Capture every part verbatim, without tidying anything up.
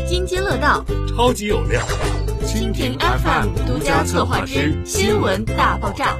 津津乐道， 超级有料。 蜻蜓 F M 独家策划之新闻大爆炸。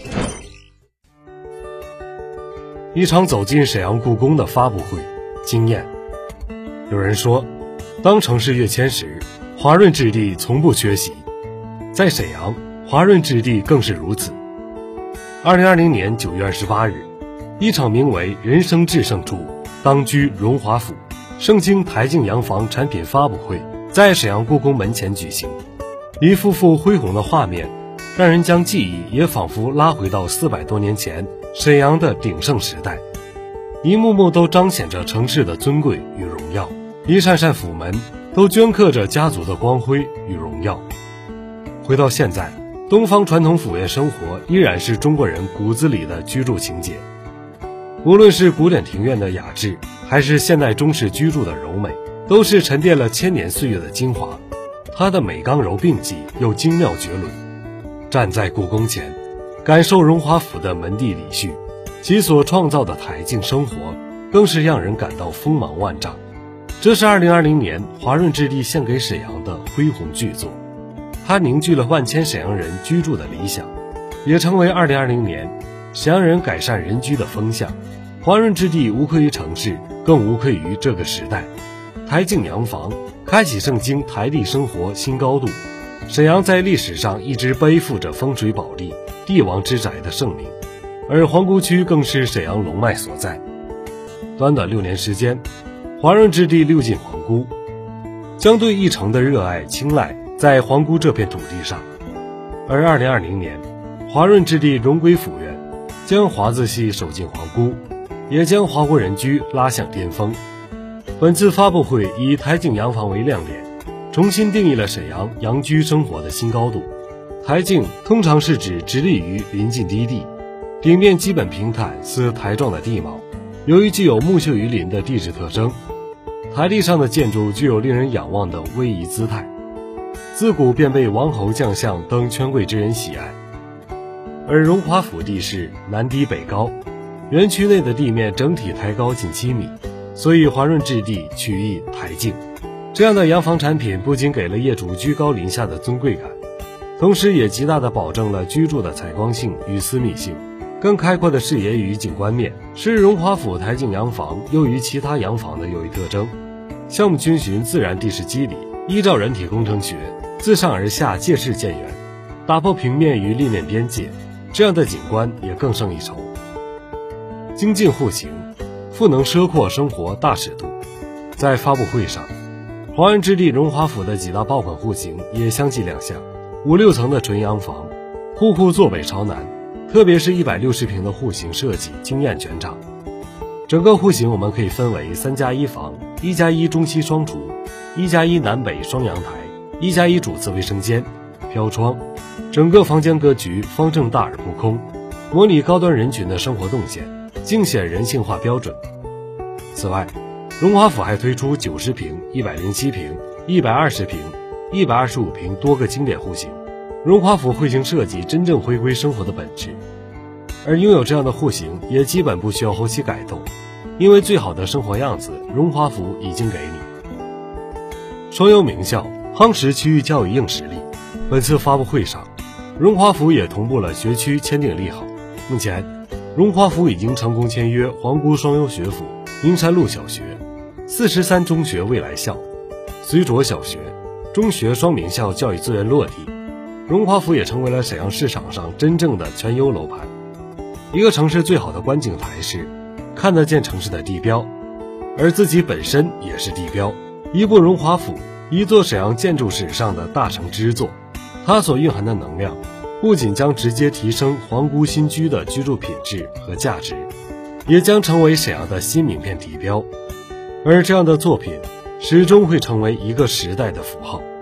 一场走进沈阳故宫的发布会，惊艳。有人说，当城市跃迁时，华润置地从不缺席。在沈阳，华润置地更是如此。二零二零年九月二十八日，一场名为人生至胜处，当居荣华府盛京台静洋房产品发布会在沈阳故宫门前举行。一幅幅恢宏的画面，让人将记忆也仿佛拉回到四百多年前沈阳的鼎盛时代，一幕幕都彰显着城市的尊贵与荣耀，一扇扇府门都镌刻着家族的光辉与荣耀。回到现在，东方传统府院生活依然是中国人骨子里的居住情节。无论是古典庭院的雅致，还是现代中式居住的柔美，都是沉淀了千年岁月的精华。它的美刚柔并济又精妙绝伦。站在故宫前，感受荣华府的门第礼序，其所创造的台静生活更是让人感到锋芒万丈。这是二零二零年华润置地献给沈阳的恢宏巨作，它凝聚了万千沈阳人居住的理想，也成为二零二零年沈阳人改善人居的风向。华润置地无愧于城市，更无愧于这个时代。台静洋房开启盛京台地生活新高度。沈阳在历史上一直背负着风水宝地、帝王之宅的盛名，而皇姑区更是沈阳龙脉所在。短短六年时间，华润置地溜进皇姑，将对一城的热爱青睐在皇姑这片土地上。而二零二零年，华润置地荣归府院将华字系守进皇姑，也将华国人居拉向巅峰。本次发布会以台静洋房为亮点，重新定义了沈阳洋居生活的新高度。台静通常是指直立于临近低地，顶面基本平坦似台状的地貌，由于具有木秀于林的地质特征，台地上的建筑具有令人仰望的威仪姿态，自古便被王侯将相等权贵之人喜爱。而荣华府地势南低北高，园区内的地面整体抬高近七米，所以华润置地取意台静。这样的洋房产品不仅给了业主居高临下的尊贵感，同时也极大地保证了居住的采光性与私密性。更开阔的视野与景观面是荣华府台静洋房优于其他洋房的有一特征。项目遵循自然地势机理，依照人体工程学自上而下借势建园，打破平面与立面边界，这样的景观也更胜一筹。精进户型，赋能奢阔生活大尺度。在发布会上，华润置地荣华府的几大爆款户型也相继亮相。五六层的纯洋房，户户坐北朝南，特别是一百六十平的户型设计惊艳全场。整个户型我们可以分为三加一房、一加一中西双厨、一加一南北双阳台、一加一主次卫生间、飘窗。整个房间格局方正大而不空，模拟高端人群的生活动线，尽显人性化标准。此外，荣华府还推出九十平、一百零七平、一百二十平、一百二十五平多个经典户型。荣华府户型设计真正回归生活的本质，而拥有这样的户型也基本不需要后期改动，因为最好的生活样子荣华府已经给你。双优名校夯实区域教育硬实力。本次发布会上，荣华府也同步了学区签订利好。目前荣华府已经成功签约皇姑双优学府、阴山路小学、四十三中学未来校、绥卓小学、中学双名校教育资源落地。荣华府也成为了沈阳市场上真正的全优楼盘。一个城市最好的观景台是看得见城市的地标，而自己本身也是地标。一部荣华府，一座沈阳建筑史上的大成之作，它所蕴含的能量不仅将直接提升皇姑新居的居住品质和价值，也将成为沈阳的新名片地标。而这样的作品始终会成为一个时代的符号。